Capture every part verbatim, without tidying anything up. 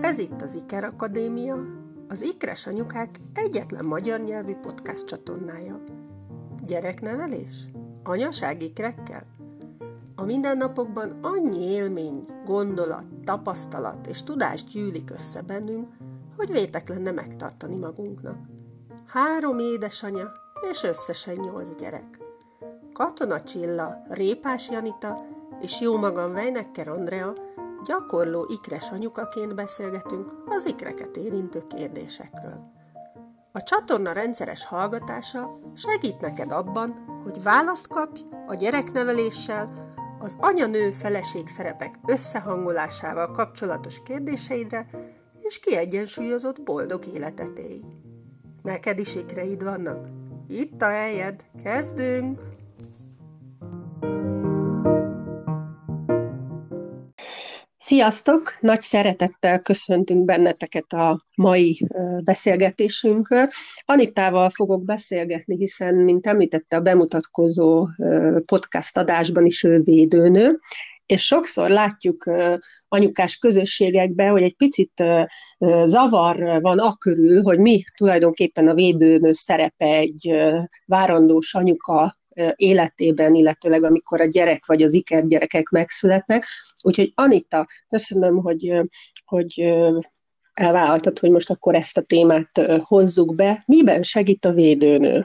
Ez itt az Iker Akadémia, az Ikres Anyukák egyetlen magyar nyelvű podcast csatornája. Gyereknevelés? Anyaság ikrekkel? A mindennapokban annyi élmény, gondolat, tapasztalat és tudás gyűlik össze bennünk, hogy vétek lenne megtartani magunknak. Három édesanya és összesen nyolc gyerek. Katona Csilla, Répás Janita és jómagam Weinecker Andrea gyakorló ikres anyukaként beszélgetünk az ikreket érintő kérdésekről. A csatorna rendszeres hallgatása segít neked abban, hogy választ kapj a gyerekneveléssel, az anya-nő feleség szerepek összehangolásával kapcsolatos kérdéseidre, és kiegyensúlyozott boldog életet élj. Neked is ikreid vannak? Itt a helyed, kezdünk! Sziasztok! Nagy szeretettel köszöntünk benneteket a mai beszélgetésünkön. Anitával fogok beszélgetni, hiszen, mint említette a bemutatkozó podcast adásban is, ő védőnő, és sokszor látjuk anyukás közösségekben, hogy egy picit zavar van akörül, hogy mi tulajdonképpen a védőnő szerepe egy várandós anyuka életében, illetőleg amikor a gyerek vagy az ikergyerekek megszületnek. Úgyhogy Anita, köszönöm, hogy, hogy elvállaltad, hogy most akkor ezt a témát hozzuk be. Miben segít a védőnő?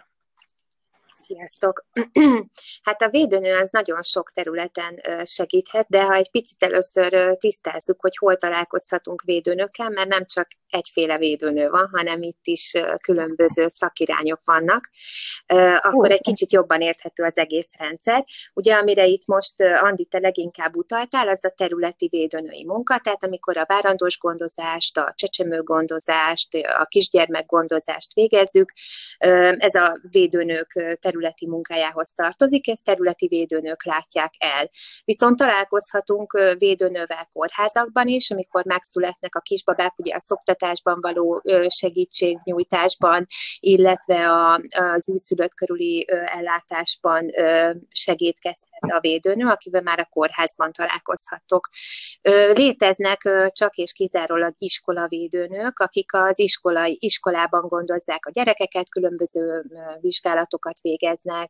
Sziasztok! Hát a védőnő az nagyon sok területen segíthet, de ha egy picit először tisztázzuk, hogy hol találkozhatunk védőnökkel, mert nem csak egyféle védőnő van, hanem itt is különböző szakirányok vannak, akkor egy kicsit jobban érthető az egész rendszer. Ugye, amire itt most Andi, te leginkább utaltál, az a területi védőnői munka, tehát amikor a várandós gondozást, a csecsemőgondozást, a kisgyermekgondozást végezzük, ez a védőnők területi munkájához tartozik, ezt területi védőnők látják el. Viszont találkozhatunk védőnővel kórházakban is, amikor megszületnek a kisbabák, ugye a szoptatásban való segítségnyújtásban, illetve a, az újszülött körüli ellátásban segítkezhet a védőnő, akivel már a kórházban találkozhatok. Léteznek csak és kizárólag iskolavédőnők, akik az iskolai, iskolában gondozzák a gyerekeket, különböző vizsgálatokat végeznek,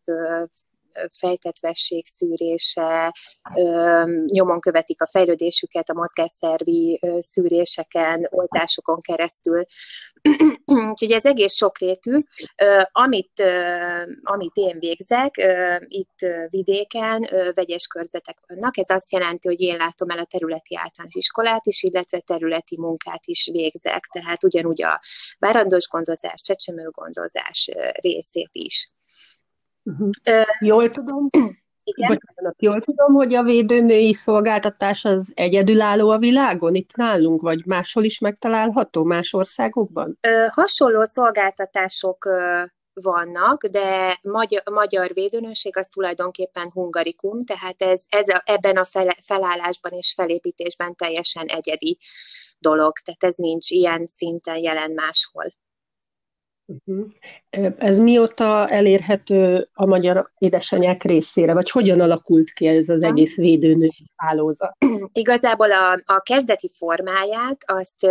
fejtetvesség szűrése, nyomon követik a fejlődésüket a mozgásszervi szűréseken, oltásokon keresztül. Úgyhogy ez egész sokrétű. Amit, amit én végzek, itt vidéken vegyes körzetek vannak. Ez azt jelenti, hogy én látom el a területi általános iskolát is, illetve területi munkát is végzek. Tehát ugyanúgy a várandós gondozás, csecsemőgondozás részét is. Uh-huh. Jól tudom, bocsánat, jól tudom, hogy a védőnői szolgáltatás az egyedülálló a világon, itt nálunk, vagy máshol is megtalálható, más országokban? Hasonló szolgáltatások vannak, de magyar, magyar védőnőség az tulajdonképpen hungarikum, tehát ez, ez a, ebben a fel, felállásban és felépítésben teljesen egyedi dolog, tehát ez nincs ilyen szinten jelen máshol. Uh-huh. Ez mióta elérhető a magyar édesanyák részére, vagy hogyan alakult ki ez az egész védőnői hálózat? Igazából a, a kezdeti formáját azt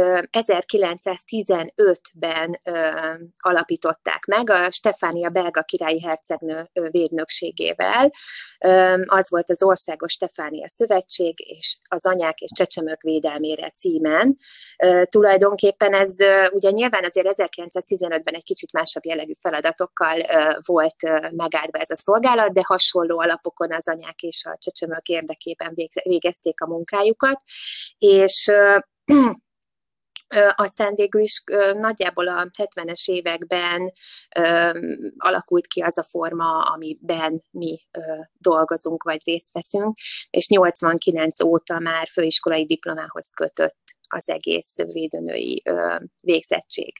ezerkilencszáztizenötben ö, alapították meg a Stefánia belga királyi hercegnő védnökségével. Ö, az volt az Országos Stefánia Szövetség és az Anyák és Csecsemők Védelmére címen. Ö, tulajdonképpen ez ugye nyilván azért ezerkilencszáztizenötben egy kicsit másabb jellegű feladatokkal uh, volt uh, megáldva ez a szolgálat, de hasonló alapokon az anyák és a csecsemők érdekében végezték a munkájukat, és uh, uh, aztán végül is uh, nagyjából a hetvenes években uh, alakult ki az a forma, amiben mi uh, dolgozunk, vagy részt veszünk, és nyolcvankilenc óta már főiskolai diplomához kötött az egész védőnői uh, végzettség.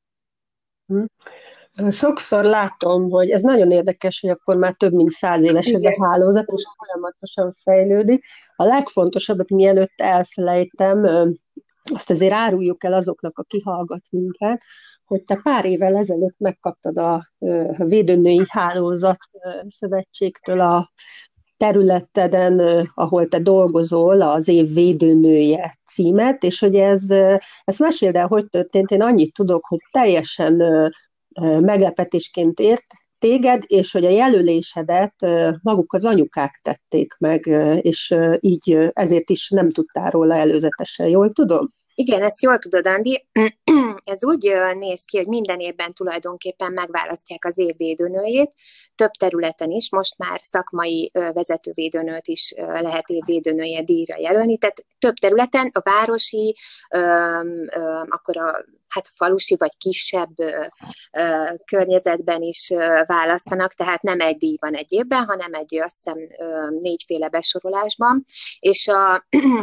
Sokszor látom, hogy ez nagyon érdekes, hogy akkor már több mint száz éves ez a hálózat, és folyamatosan fejlődik. A legfontosabb, mielőtt elfelejtem, azt azért áruljuk el azoknak, aki hallgat minket, hogy te pár évvel ezelőtt megkaptad a Védőnői Hálózat Szövetségtől a területeden, ahol te dolgozol, az év védőnője címet, és hogy ez, ezt meséld el, hogy történt. Én annyit tudok, hogy teljesen meglepetésként ért téged, és hogy a jelölésedet maguk az anyukák tették meg, és így ezért is nem tudtál róla előzetesen, jól tudom? Igen, ezt jól tudod, Andi. Ez úgy néz ki, hogy minden évben tulajdonképpen megválasztják az év védőnőjét, több területen is, most már szakmai vezetővédőnőt is lehet évvédőnője díjra jelölni, tehát több területen, a városi, akkor a hát a falusi vagy kisebb környezetben is választanak, tehát nem egy díj van egy évben, hanem egy, azt hiszem, négyféle besorolásban, és a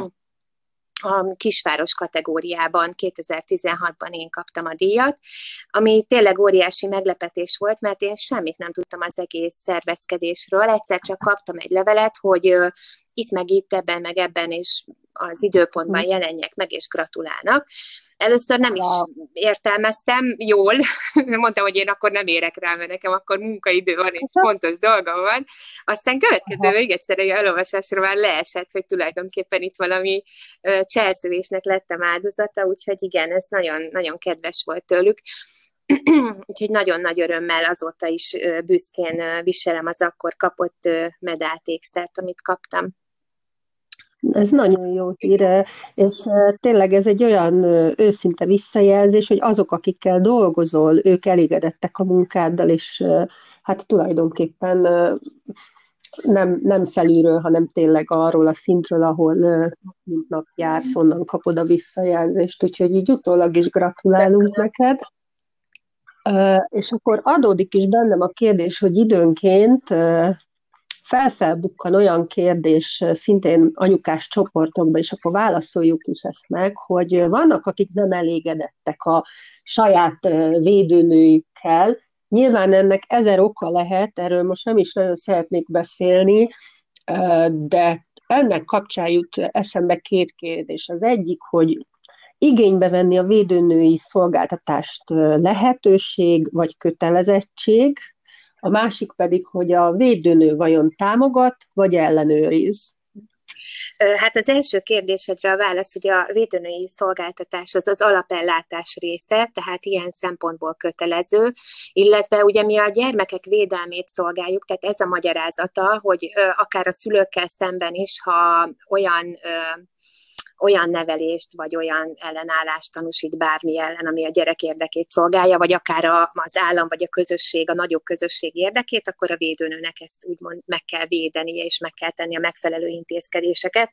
a kisváros kategóriában kétezer-tizenhatban én kaptam a díjat, ami tényleg óriási meglepetés volt, mert én semmit nem tudtam az egész szervezkedésről, egyszer csak kaptam egy levelet, hogy uh, itt meg itt, ebben meg ebben, és az időpontban jelenjek meg, és gratulálnak. Először nem is értelmeztem jól, mondtam, hogy én akkor nem érek rá, mert nekem akkor munkaidő van, és fontos dolgom van. Aztán következő még egyszer egy elolvasásra már leesett, hogy tulajdonképpen itt valami uh, cselszövésnek lettem áldozata, úgyhogy igen, ez nagyon, nagyon kedves volt tőlük. Úgyhogy nagyon nagy örömmel azóta is uh, büszkén uh, viselem az akkor kapott uh, medáltékszert, amit kaptam. Ez nagyon jó hír, és tényleg ez egy olyan őszinte visszajelzés, hogy azok, akikkel dolgozol, ők elégedettek a munkáddal, és hát tulajdonképpen nem, nem felülről, hanem tényleg arról a szintről, ahol mint nap jársz, onnan kapod a visszajelzést, úgyhogy így utólag is gratulálunk Köszönöm. neked. És akkor adódik is bennem a kérdés, hogy időnként felfelbukkan olyan kérdés szintén anyukás csoportokban, és akkor válaszoljuk is ezt meg, hogy vannak, akik nem elégedettek a saját védőnőjükkel. Nyilván ennek ezer oka lehet, erről most nem is nagyon szeretnék beszélni, de ennek kapcsán jut eszembe két kérdés. Az egyik, hogy igénybe venni a védőnői szolgáltatást lehetőség vagy kötelezettség, a másik pedig, hogy a védőnő vajon támogat, vagy ellenőriz? Hát az első kérdésedre a válasz, hogy a védőnői szolgáltatás az az alapellátás része, tehát ilyen szempontból kötelező, illetve ugye mi a gyermekek védelmét szolgáljuk, tehát ez a magyarázata, hogy akár a szülőkkel szemben is, ha olyan olyan nevelést, vagy olyan ellenállást tanúsít bármi ellen, ami a gyerek érdekét szolgálja, vagy akár a, az állam, vagy a közösség, a nagyobb közösség érdekét, akkor a védőnőnek ezt úgymond meg kell védenie, és meg kell tenni a megfelelő intézkedéseket.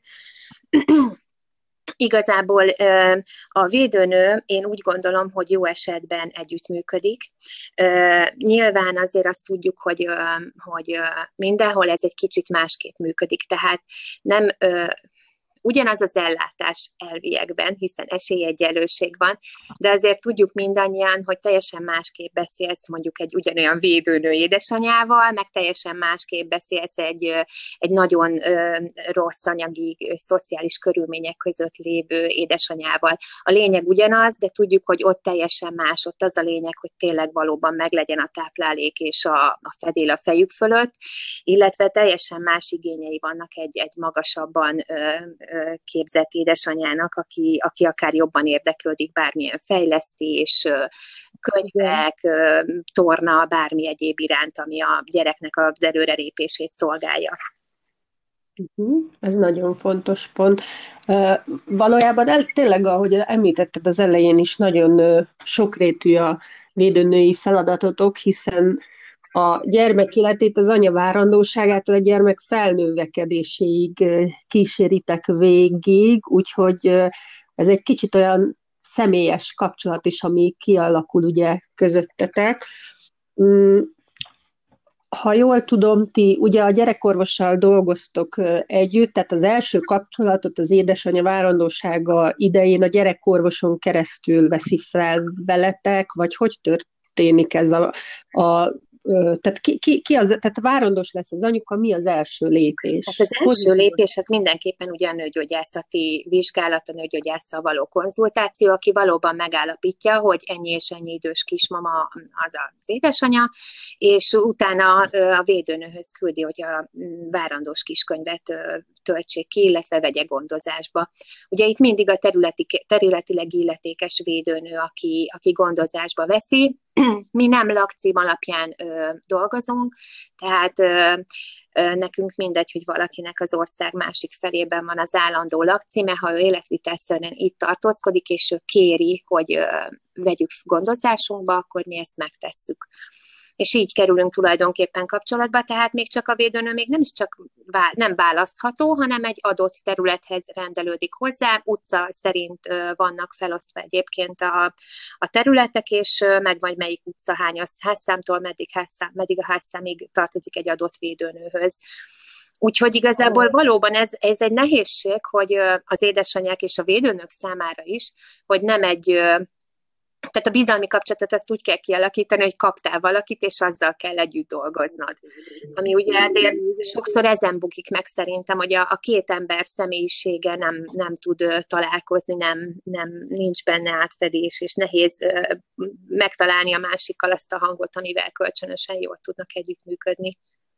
Igazából a védőnő, én úgy gondolom, hogy jó esetben együttműködik. Nyilván azért azt tudjuk, hogy, hogy mindenhol ez egy kicsit másképp működik, tehát nem ugyanaz az ellátás elviekben, hiszen esélyegyenlőség van, de azért tudjuk mindannyian, hogy teljesen másképp beszélsz mondjuk egy ugyanolyan védőnő édesanyával, meg teljesen másképp beszélsz egy, egy nagyon rossz anyagi, szociális körülmények között lévő édesanyával. A lényeg ugyanaz, de tudjuk, hogy ott teljesen más, ott az a lényeg, hogy tényleg valóban meglegyen a táplálék és a, a fedél a fejük fölött, illetve teljesen más igényei vannak egy, egy magasabban képzett édesanyának, aki, aki akár jobban érdeklődik bármilyen fejlesztés, könyvek, torna, bármi egyéb iránt, ami a gyereknek az előrelépését szolgálja. Ez nagyon fontos pont. Valójában el, tényleg, ahogy említetted az elején is, nagyon sokrétű a védőnői feladatotok, hiszen a gyermek életét az anya várandóságától a gyermek felnövekedéséig kíséritek végig, úgyhogy ez egy kicsit olyan személyes kapcsolat is, ami kialakul ugye közöttetek. Ha jól tudom, ti ugye a gyerekorvossal dolgoztok együtt, tehát az első kapcsolatot az édesanyja várandósága idején a gyerekorvoson keresztül veszi fel veletek, vagy hogy történik ez a, a tehát ki, ki, ki az, tehát várandós lesz az anyuka, mi az első lépés? Hát az első Pozitív. lépés az mindenképpen ugye a nőgyógyászati vizsgálat, a nőgyógyásszal való konzultáció, aki valóban megállapítja, hogy ennyi és ennyi idős kismama az az édesanyja, és utána a védőnőhöz küldi, hogy a várandós kiskönyvet töltsék ki, illetve vegye gondozásba. Ugye itt mindig a területi, területileg illetékes védőnő, aki, aki gondozásba veszi. Mi nem lakcím alapján ö, dolgozunk, tehát ö, ö, nekünk mindegy, hogy valakinek az ország másik felében van az állandó lakcíme, ha ő életvitelszerűen itt tartózkodik, és ő kéri, hogy ö, vegyük gondozásunkba, akkor mi ezt megtesszük. És így kerülünk tulajdonképpen kapcsolatba, tehát még csak a védőnő még nem is csak vá- nem választható, hanem egy adott területhez rendelődik hozzá, utca szerint vannak felosztva egyébként a, a területek, és meg vagy melyik utca hány házszámtól, meddig, házszám, meddig a házszámig tartozik egy adott védőnőhöz. Úgyhogy igazából valóban ez, ez egy nehézség, hogy az édesanyák és a védőnők számára is, hogy nem egy... Tehát a bizalmi kapcsolatot azt úgy kell kialakítani, hogy kaptál valakit, és azzal kell együtt dolgoznod. Ami ugye azért sokszor ezen bukik meg szerintem, hogy a, a két ember személyisége nem, nem tud találkozni, nem, nem nincs benne átfedés, és nehéz megtalálni a másikkal azt a hangot, amivel kölcsönösen jól tudnak együttműködni.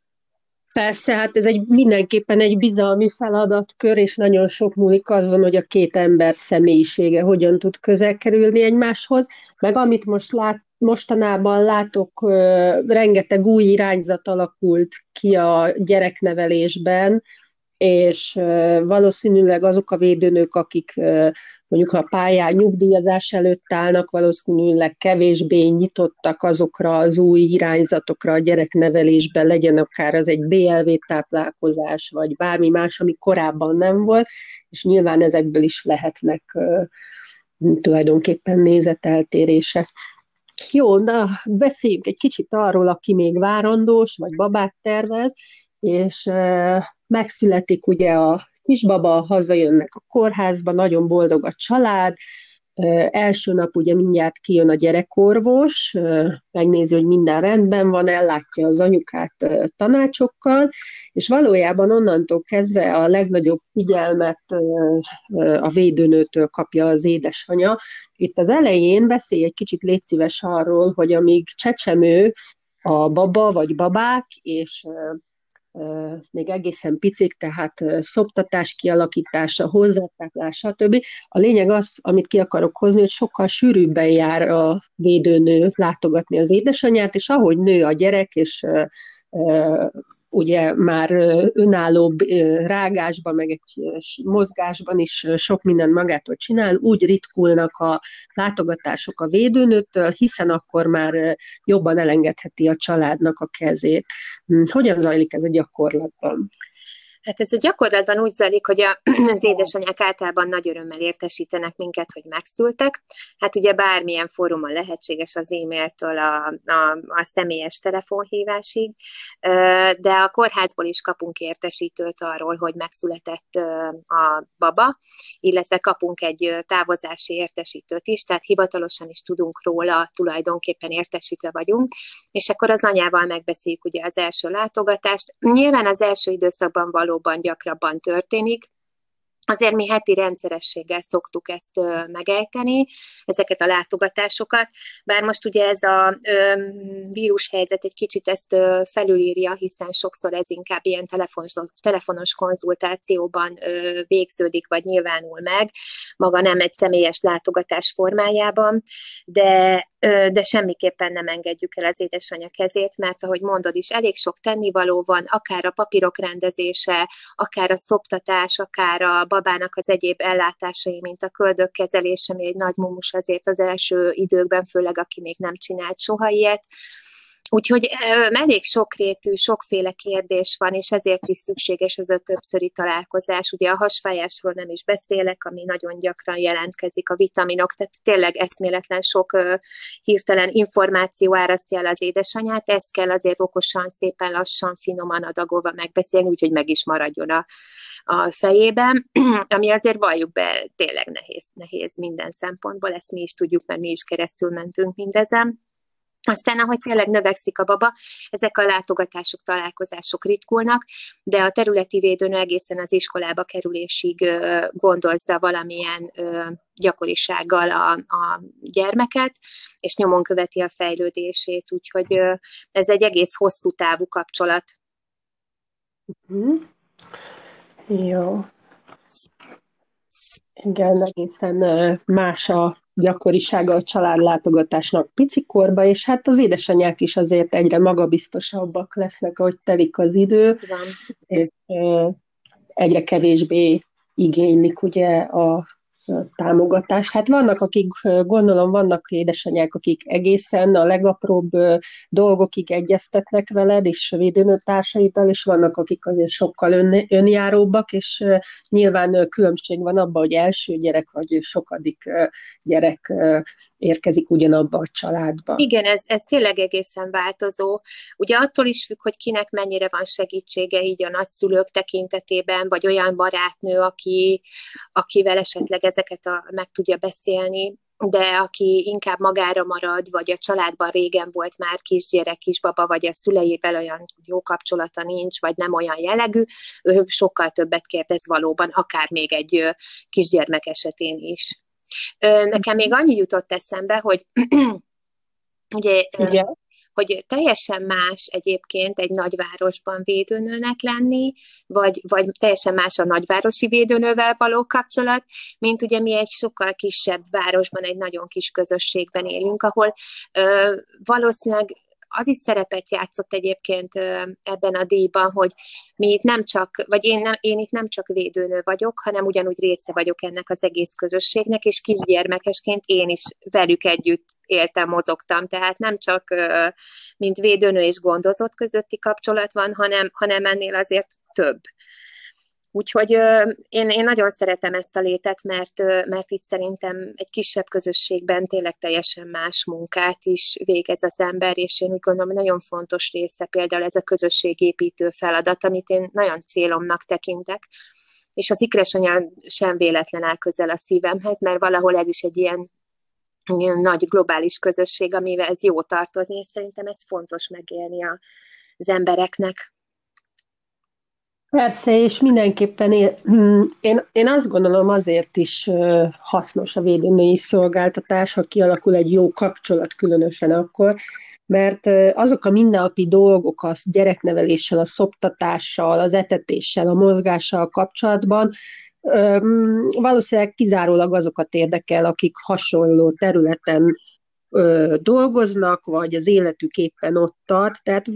Persze, hát ez egy mindenképpen egy bizalmi feladatkör, és nagyon sok múlik azon, hogy a két ember személyisége hogyan tud közel kerülni egymáshoz, meg amit most lát, mostanában látok, rengeteg új irányzat alakult ki a gyereknevelésben, és valószínűleg azok a védőnők, akik mondjuk a pályán nyugdíjazás előtt állnak, valószínűleg kevésbé nyitottak azokra az új irányzatokra a gyereknevelésben, legyen akár az egy bé el vé táplálkozás, vagy bármi más, ami korábban nem volt, és nyilván ezekből is lehetnek tulajdonképpen nézeteltérések. Jó, na beszéljünk egy kicsit arról, aki még várandós, vagy babát tervez, és megszületik ugye a kisbaba, hazajönnek a kórházba, nagyon boldog a család, első nap ugye mindjárt kijön a gyerekorvos, megnézi, hogy minden rendben van, ellátja az anyukát tanácsokkal, és valójában onnantól kezdve a legnagyobb figyelmet a védőnőtől kapja az édesanyja. Itt az elején beszélj egy kicsit, légy szíves arról, hogy amíg csecsemő a baba vagy babák, és még egészen picik, tehát szoptatás kialakítása, hozzátáplás, stb. A lényeg az, amit ki akarok hozni, hogy sokkal sűrűbben jár a védőnő látogatni az édesanyját, és ahogy nő a gyerek, és ugye már önállóbb rágásban, meg egy mozgásban is sok mindent magától csinál, úgy ritkulnak a látogatások a védőnőtől, hiszen akkor már jobban elengedheti a családnak a kezét. Hogyan zajlik ez a gyakorlatban? Hát ez a gyakorlatban úgy zajlik, hogy a, az édesanyák általában nagy örömmel értesítenek minket, hogy megszültek. Hát ugye bármilyen fórumon lehetséges, az e-mailtől a, a, a személyes telefonhívásig, de a kórházból is kapunk értesítőt arról, hogy megszületett a baba, illetve kapunk egy távozási értesítőt is, tehát hivatalosan is tudunk róla, tulajdonképpen értesítve vagyunk, és akkor az anyával megbeszéljük ugye az első látogatást. Nyilván az első időszakban való gyakrabban történik. Azért mi heti rendszerességgel szoktuk ezt ö, megejteni, ezeket a látogatásokat, bár most ugye ez a ö, vírushelyzet egy kicsit ezt ö, felülírja, hiszen sokszor ez inkább ilyen telefonos, telefonos konzultációban ö, végződik, vagy nyilvánul meg, maga nem egy személyes látogatás formájában, de, ö, de semmiképpen nem engedjük el az édesanyja kezét, mert ahogy mondod is, elég sok tennivaló van, akár a papírok rendezése, akár a szoptatás, akár a babának az egyéb ellátásai, mint a köldök kezelése, ami egy nagy mumus azért az első időkben, főleg aki még nem csinált soha ilyet. Úgyhogy elég sokrétű, sokféle kérdés van, és ezért is szükséges ez a többszöri találkozás. Ugye a hasfájásról nem is beszélek, ami nagyon gyakran jelentkezik, a vitaminok, tehát tényleg eszméletlen sok uh, hirtelen információ árasztja el az édesanyát, ezt kell azért okosan, szépen lassan, finoman adagolva megbeszélni, úgyhogy meg is maradjon a, a fejében, ami azért valljuk be, tényleg nehéz, nehéz minden szempontból, ezt mi is tudjuk, mert mi is keresztül mentünk mindezen. Aztán, ahogy tényleg növekszik a baba, ezek a látogatások, találkozások ritkulnak, de a területi védőnő egészen az iskolába kerülésig gondozza valamilyen gyakorisággal a, a gyermeket, és nyomon követi a fejlődését, úgyhogy ez egy egész hosszú távú kapcsolat. Mm. Jó. Igen, egészen más a gyakorisága a családlátogatásnak picikorba, és hát az édesanyák is azért egyre magabiztosabbak lesznek, ahogy telik az idő, Van. és egyre kevésbé igénylik ugye a támogatást. Hát vannak, akik, gondolom, vannak édesanyák, akik egészen a legapróbb dolgokig egyeztetnek veled, és védőnőtársaiddal, és vannak, akik azért sokkal ön, önjáróbbak, és nyilván különbség van abban, hogy első gyerek, vagy sokadik gyerek érkezik ugyanabba a családba. Igen, ez, ez tényleg egészen változó. Ugye attól is függ, hogy kinek mennyire van segítsége így a nagyszülők tekintetében, vagy olyan barátnő, aki, akivel esetleg ezeket a, meg tudja beszélni, de aki inkább magára marad, vagy a családban régen volt már kisgyerek, kisbaba, vagy a szüleivel olyan jó kapcsolata nincs, vagy nem olyan jellegű, ő sokkal többet kérdez valóban, akár még egy kisgyermek esetén is. Nekem még annyi jutott eszembe, hogy ugye, Igen. hogy teljesen más egyébként egy nagyvárosban védőnőnek lenni, vagy, vagy teljesen más a nagyvárosi védőnővel való kapcsolat, mint ugye mi egy sokkal kisebb városban, egy nagyon kis közösségben élünk, ahol ö, valószínűleg az is szerepet játszott egyébként ebben a díjban, hogy mi itt nem csak, vagy én, nem, én itt nem csak védőnő vagyok, hanem ugyanúgy része vagyok ennek az egész közösségnek, és kisgyermekesként én is velük együtt éltem, mozogtam. Tehát nem csak mint védőnő és gondozott közötti kapcsolat van, hanem, hanem ennél azért több. Úgyhogy én, én nagyon szeretem ezt a létet, mert, mert itt szerintem egy kisebb közösségben tényleg teljesen más munkát is végez az ember, és én úgy gondolom, hogy nagyon fontos része például ez a közösségépítő feladat, amit én nagyon célomnak tekintek, és az Ikres Anya sem véletlen áll közel a szívemhez, mert valahol ez is egy ilyen, ilyen nagy globális közösség, amivel ez jó tartozni, és szerintem ez fontos megélni az embereknek. Persze, és mindenképpen én, én, én azt gondolom azért is hasznos a védőnői szolgáltatás, ha kialakul egy jó kapcsolat, különösen akkor, mert azok a mindennapi dolgok a gyerekneveléssel, a szoptatással, az etetéssel, a mozgással kapcsolatban valószínűleg kizárólag azokat érdekel, akik hasonló területen dolgoznak, vagy az életük éppen ott tart, tehát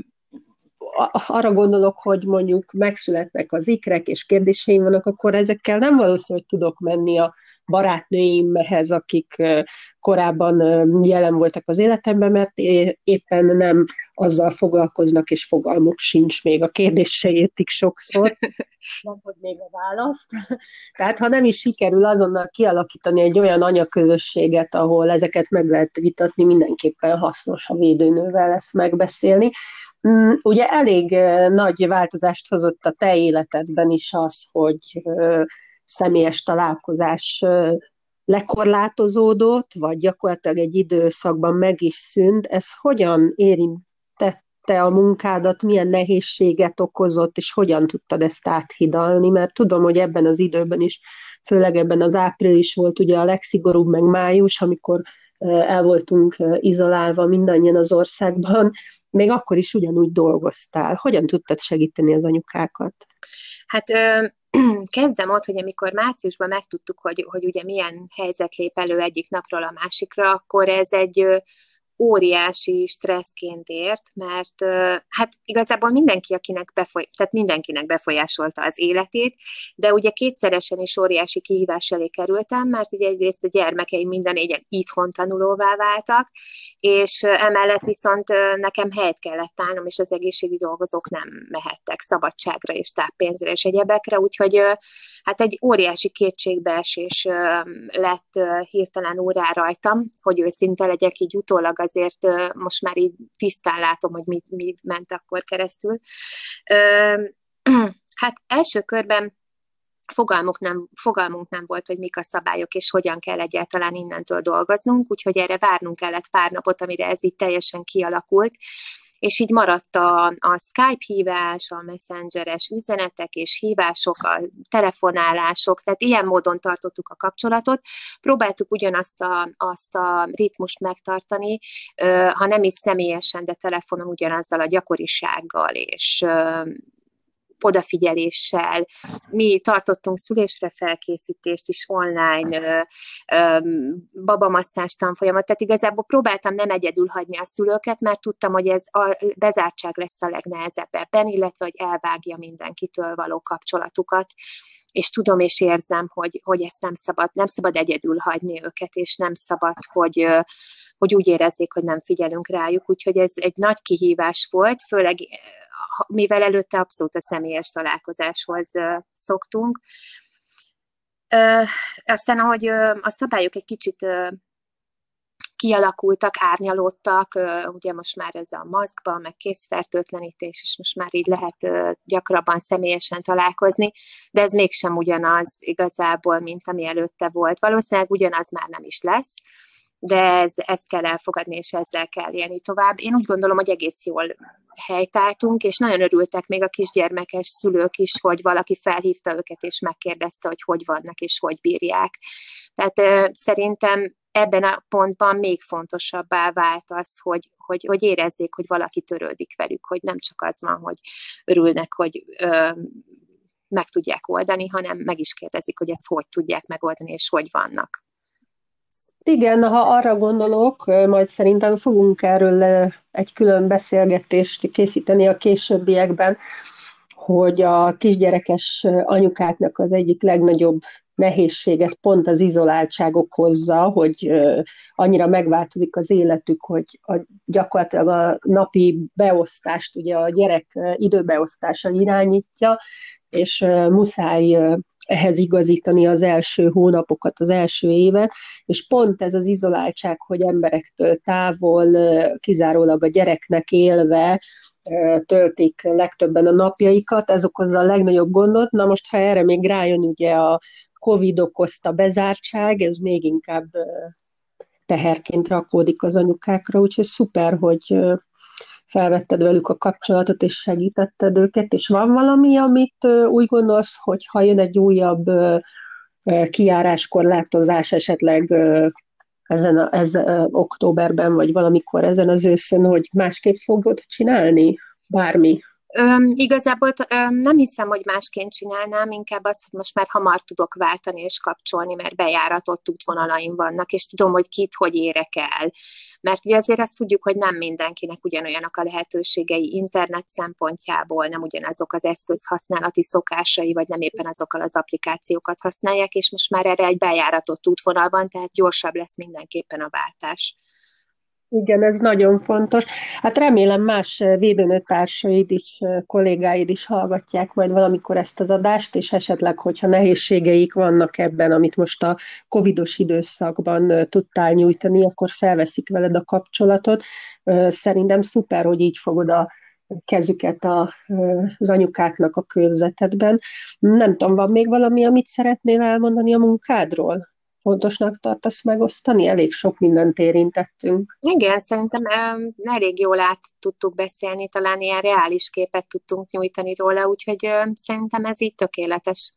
arra gondolok, hogy mondjuk megszületnek az ikrek, és kérdéseim vannak, akkor ezekkel nem valószínű, hogy tudok menni a barátnőimhez, akik korábban jelen voltak az életemben, mert éppen nem azzal foglalkoznak, és fogalmuk sincs még. A kérdés se értik sokszor, nem hogy még a választ. Tehát ha nem is sikerül azonnal kialakítani egy olyan anyaközösséget, ahol ezeket meg lehet vitatni, mindenképpen hasznos a védőnővel ezt megbeszélni. Ugye elég nagy változást hozott a te életedben is az, hogy személyes találkozás lekorlátozódott, vagy gyakorlatilag egy időszakban meg is szűnt. Ez hogyan érintette a munkádat, milyen nehézséget okozott, és hogyan tudtad ezt áthidalni? Mert tudom, hogy ebben az időben is, főleg ebben az április volt ugye a legszigorúbb, meg május, amikor el voltunk izolálva mindannyian az országban, még akkor is ugyanúgy dolgoztál. Hogyan tudtad segíteni az anyukákat? Hát kezdem ott, hogy amikor márciusban megtudtuk, hogy, hogy ugye milyen helyzet lép elő egyik napról a másikra, akkor ez egy óriási stresszként ért, mert hát igazából mindenki, akinek befoly, tehát mindenkinek befolyásolta az életét, de ugye kétszeresen is óriási kihívás elé kerültem, mert ugye egyrészt a gyermekeim minden négyen itthon tanulóvá váltak, és emellett viszont nekem helyet kellett állnom, és az egészségügyi dolgozók nem mehettek szabadságra és táppénzre és egyebekre, úgyhogy hát egy óriási kétségbeesés lett hirtelen órá rajtam, hogy őszinte legyek, így utólag azért most már így tisztán látom, hogy mit, mit ment akkor keresztül. Hát első körben fogalmuk nem, fogalmunk nem volt, hogy mik a szabályok, és hogyan kell egyáltalán innentől dolgoznunk, úgyhogy erre várnunk kellett pár napot, amire ez így teljesen kialakult, és így maradt a, a Skype hívás, a messengeres üzenetek és hívások, a telefonálások, tehát ilyen módon tartottuk a kapcsolatot. Próbáltuk ugyanazt a, azt a ritmust megtartani, ha nem is személyesen, de telefonon ugyanazzal a gyakorisággal és odafigyeléssel. Mi tartottunk szülésre felkészítést is online, ö, ö, babamasszás tanfolyamat, tehát igazából próbáltam nem egyedül hagyni a szülőket, mert tudtam, hogy ez a bezártság lesz a legnehezebb ebben, illetve hogy elvágja mindenkitől való kapcsolatukat, és tudom és érzem, hogy, hogy ezt nem szabad, nem szabad egyedül hagyni őket, és nem szabad, hogy, hogy úgy érezzék, hogy nem figyelünk rájuk, úgyhogy ez egy nagy kihívás volt, főleg mivel előtte abszolút a személyes találkozáshoz uh, szoktunk. Uh, aztán, ahogy uh, a szabályok egy kicsit uh, kialakultak, árnyalódtak, uh, ugye most már ez a maszkban, meg készfertőtlenítés, és most már így lehet uh, gyakrabban személyesen találkozni, de ez mégsem ugyanaz igazából, mint ami előtte volt. Valószínűleg ugyanaz már nem is lesz, de ez, ezt kell elfogadni, és ezzel kell élni tovább. Én úgy gondolom, hogy egész jól helytáltunk, és nagyon örültek még a kisgyermekes szülők is, hogy valaki felhívta őket, és megkérdezte, hogy hogy vannak, és hogy bírják. Tehát euh, szerintem ebben a pontban még fontosabbá vált az, hogy, hogy, hogy érezzék, hogy valaki törődik velük, hogy nem csak az van, hogy örülnek, hogy euh, meg tudják oldani, hanem meg is kérdezik, hogy ezt hogy tudják megoldani, és hogy vannak. Igen, ha arra gondolok, majd szerintem fogunk erről egy külön beszélgetést készíteni a későbbiekben, hogy a kisgyerekes anyukáknak az egyik legnagyobb nehézséget pont az izoláltság okozza, hogy annyira megváltozik az életük, hogy a, gyakorlatilag a napi beosztást ugye a gyerek időbeosztása irányítja, és muszáj ehhez igazítani az első hónapokat, az első évet, és pont ez az izoláltság, hogy emberektől távol, kizárólag a gyereknek élve töltik legtöbben a napjaikat, ez okozza a legnagyobb gondot. Na most, ha erre még rájön ugye a Covid okozta bezártság, ez még inkább teherként rakódik az anyukákra, úgyhogy szuper, hogy felvetted velük a kapcsolatot, és segítetted őket, és van valami, amit úgy gondolsz, hogy ha jön egy újabb kijáráskorlátozás esetleg ezen a, ez, októberben, vagy valamikor ezen az őszön, hogy másképp fogod csinálni? Bármi? Öm, igazából öm, nem hiszem, hogy másként csinálnám, inkább az, hogy most már hamar tudok váltani és kapcsolni, mert bejáratott útvonalaim vannak, és tudom, hogy kit hogy érek el. Mert ugye azért azt tudjuk, hogy nem mindenkinek ugyanolyanak a lehetőségei internet szempontjából, nem ugyanazok az eszközhasználati szokásai, vagy nem éppen azokkal az applikációkat használják, és most már erre egy bejáratott útvonal van, tehát gyorsabb lesz mindenképpen a váltás. Igen, ez nagyon fontos. Hát remélem más védőnőtársaid is, kollégáid is hallgatják majd valamikor ezt az adást, és esetleg, hogyha nehézségeik vannak ebben, amit most a covidos időszakban tudtál nyújtani, akkor felveszik veled a kapcsolatot. Szerintem szuper, hogy így fogod a kezüket a, az anyukáknak a körzetedben. Nem tudom, van még valami, amit szeretnél elmondani a munkádról? Fontosnak tartasz megosztani? Elég sok mindent érintettünk. Igen, szerintem um, elég jól át tudtuk beszélni, talán ilyen reális képet tudtunk nyújtani róla, úgyhogy um, szerintem ez így tökéletes.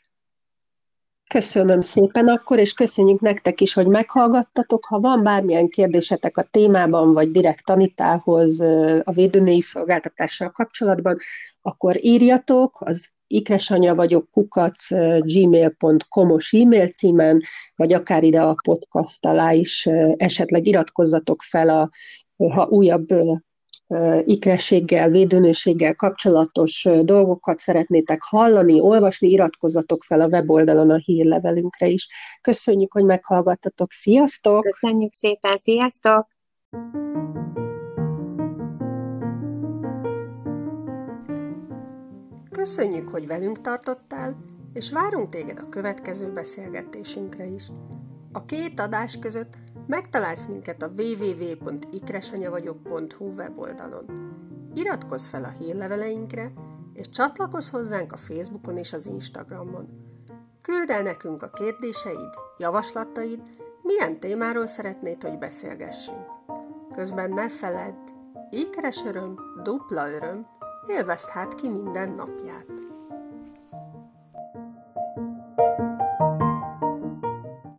Köszönöm szépen akkor, és köszönjük nektek is, hogy meghallgattatok. Ha van bármilyen kérdésetek a témában, vagy direkt Anitához a védőnői szolgáltatással kapcsolatban, akkor írjatok az ikresanya vagyok kukac gmail pont com-os e-mail címen, vagy akár ide a podcast alá is esetleg iratkozzatok fel, a, ha újabb ikrességgel, védőnőséggel kapcsolatos dolgokat szeretnétek hallani, olvasni, iratkozzatok fel a weboldalon a hírlevelünkre is. Köszönjük, hogy meghallgattatok. Sziasztok! Köszönjük szépen, sziasztok! Köszönjük, hogy velünk tartottál, és várunk téged a következő beszélgetésünkre is. A két adás között megtalálsz minket a double-u double-u double-u pont ikresanyavagyok pont hu weboldalon. Iratkozz fel a hírleveleinkre, és csatlakozz hozzánk a Facebookon és az Instagramon. Küld el nekünk a kérdéseid, javaslataid, milyen témáról szeretnéd, hogy beszélgessünk. Közben ne feledd, ékeres öröm, dupla öröm, élvezd hát ki minden napját.